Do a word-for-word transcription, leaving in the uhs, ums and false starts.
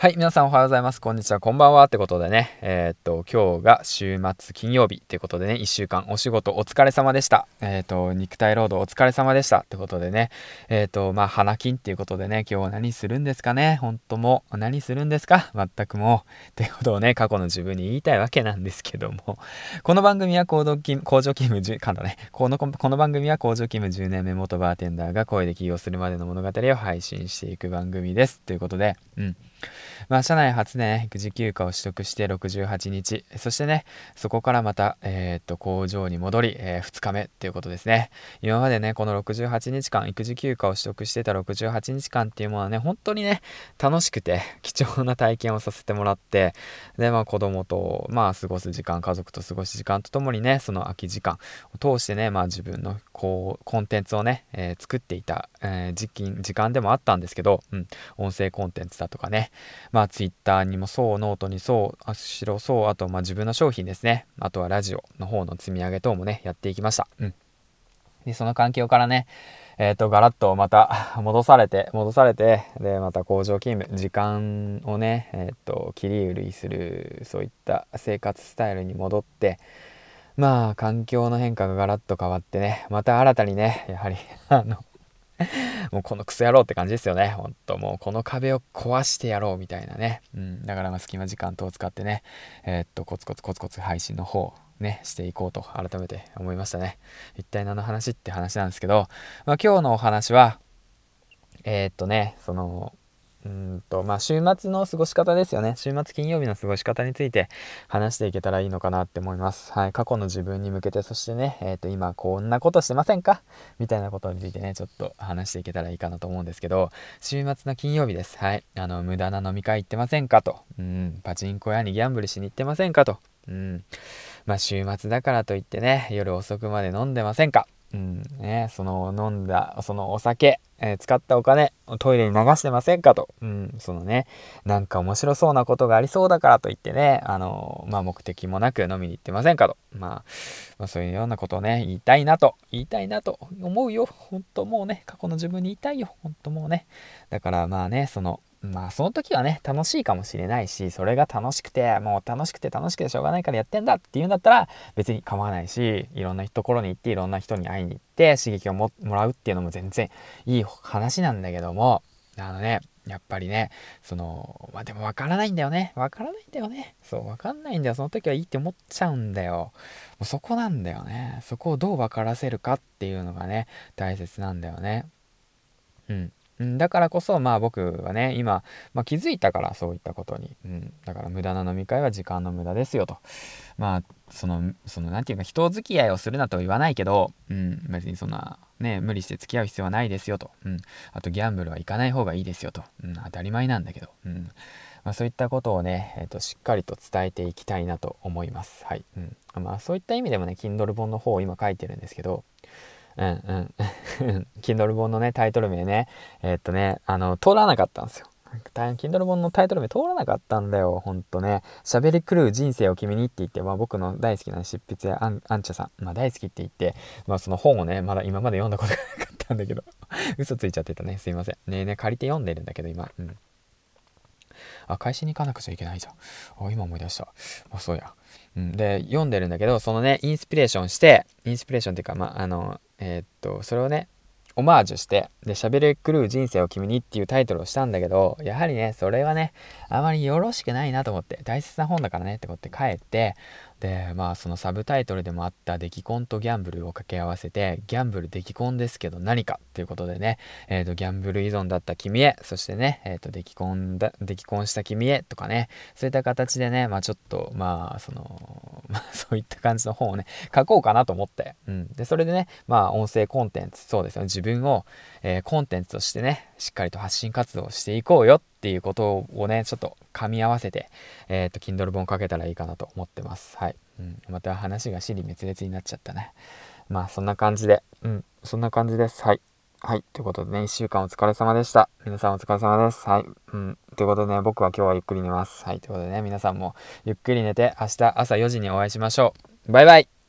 はい、皆さんおはようございます。こんにちは、こんばんはってことでね、えーっと、今日が週末金曜日っていうことでね、いっしゅうかんお仕事お疲れ様でした。えーっと、肉体労働お疲れ様でしたってことでね、えーっと、まあ、花金っていうことでね、今日は何するんですかね、本当もう、何するんですか全くもう、ってことをね、過去の自分に言いたいわけなんですけども、この番組は工場勤工場勤務じゅう、かんだね、この、この番組は工場勤務じゅうねんめ元バーテンダーが声で起業するまでの物語を配信していく番組です。ということで、うん。まあ、社内初ね、育児休暇を取得してろくじゅうはちにち、そしてね、そこからまた、えーっと、工場に戻り、えーふつかめっていうことですね。今までね、このろくじゅうはちにちかん、育児休暇を取得してたろくじゅうはちにちかんっていうものはね、本当にね、楽しくて、貴重な体験をさせてもらって、で、まあ、子供と、まあ、過ごす時間、家族と過ごす時間とともにね、その空き時間を通してね、まあ、自分の、こう、コンテンツをね、えー作っていた、えー時期時間でもあったんですけど、うん、音声コンテンツだとかね、まあツイッターにもそう、ノートにそう、あしろそう、あとまあ自分の商品ですね。あとはラジオの方の積み上げ等もね、やっていきました。うん。で、その環境からね、えっと、ガラッとまた戻されて、戻されて、で、また工場勤務、時間をね、えっと、切り売りする、そういった生活スタイルに戻って、まあ、環境の変化がガラッと変わってね、また新たにね、やはりあの、もうこのクソ野郎って感じですよね。ほんともうこの壁を壊してやろうみたいなね。うん。だからまあ隙間時間等を使ってね、えーっと、コツコツコツコツ配信の方、ね、していこうと改めて思いましたね。一体何の話って話なんですけど、まあ今日のお話は、えーっとね、その、うーんと、まあ、週末の過ごし方ですよね。週末金曜日の過ごし方について話していけたらいいのかなって思います。はい。過去の自分に向けて、そしてね、えっと、今こんなことしてませんかみたいなことについてね、ちょっと話していけたらいいかなと思うんですけど、週末の金曜日です。はい。あの、無駄な飲み会行ってませんかと。うん。パチンコ屋にギャンブルしに行ってませんかと。うん。まあ、週末だからといってね、夜遅くまで飲んでませんか。うん、ね、その飲んだ、そのお酒、えー使ったお金、トイレに流してませんかと。うん、そのね、なんか面白そうなことがありそうだからといってね、あの、まあ、目的もなく飲みに行ってませんかと。まあ、まあ、そういうようなことをね、言いたいなと、言いたいなと思うよ。ほんともうね、過去の自分に言いたいよ。ほんともうね。だからまあね、その、まあその時はね、楽しいかもしれないし、それが楽しくて、もう楽しくて楽しくてしょうがないからやってんだっていうんだったら、別に構わないし、いろんなところに行って、いろんな人に会いに行って、刺激をももらうっていうのも全然いい話なんだけども、あのね、やっぱりね、その、まあでも分からないんだよね。分からないんだよね。そう、分かんないんだよ。その時はいいって思っちゃうんだよ。もうそこなんだよね。そこをどう分からせるかっていうのがね、大切なんだよね。うん。うんだからこそ、まあ僕はね、今、まあ、気づいたからそういったことに。うん。だから無駄な飲み会は時間の無駄ですよと。まあ、その、その、なんていうか、人付き合いをするなとは言わないけど、うん。別にそんな、ね、無理して付き合う必要はないですよと。うん。あと、ギャンブルは行かない方がいいですよと。うん。当たり前なんだけど。うん。まあ、そういったことをね、えっと、しっかりと伝えていきたいなと思います。はい。うん。まあ、そういった意味でもね、Kindle 本の方を今書いてるんですけど、うんうん。Kindle 本のね、タイトル名ね、えーっとね、あの、通らなかったんですよ。Kindle 本のタイトル名通らなかったんだよ、ほんとね。喋り狂う人生を君にって言って、まあ僕の大好きな執筆やアンアンチャさん、まあ大好きって言って、まあその本をね、まだ今まで読んだことがなかったんだけど、嘘ついちゃってたね、すいません。ねえね、借りて読んでるんだけど今、うん。あ、返しに行かなくちゃいけないじゃん。あ、今思い出した。あ、そうや。うん、で、読んでるんだけど、そのね、インスピレーションして、インスピレーションっていうか、まあ、あの、えーっと、それをね、オマージュして、で、喋り狂う人生を君にっていうタイトルをしたんだけど、やはりね、それはね、あまりよろしくないなと思って、大切な本だからねってことで帰って、で、まあ、そのサブタイトルでもあったデキコンとギャンブルを掛け合わせて、ギャンブルデキコンですけど何かっていうことでね、えっと、ギャンブル依存だった君へ、そしてね、えっと、デキコンだ、デキコンした君へとかね、そういった形でね、まあちょっと、まあ、その、まあそういった感じの本をね、書こうかなと思って、うん。で、それでね、まあ音声コンテンツ、そうですよね、自分を、えーコンテンツとしてね、しっかりと発信活動をしていこうよっていうことをね、ちょっと噛み合わせて、えっと、Kindle 本を書けたらいいかなと思ってます。はい。うん。また話が支離滅裂になっちゃったね。まあそんな感じで、うん。そんな感じです。はい。はい。ということでね、一週間お疲れ様でした。皆さんお疲れ様です。はい。うん。ということでね、僕は今日はゆっくり寝ます。はい。ということでね、皆さんもゆっくり寝て、明日朝よじにお会いしましょう。バイバイ。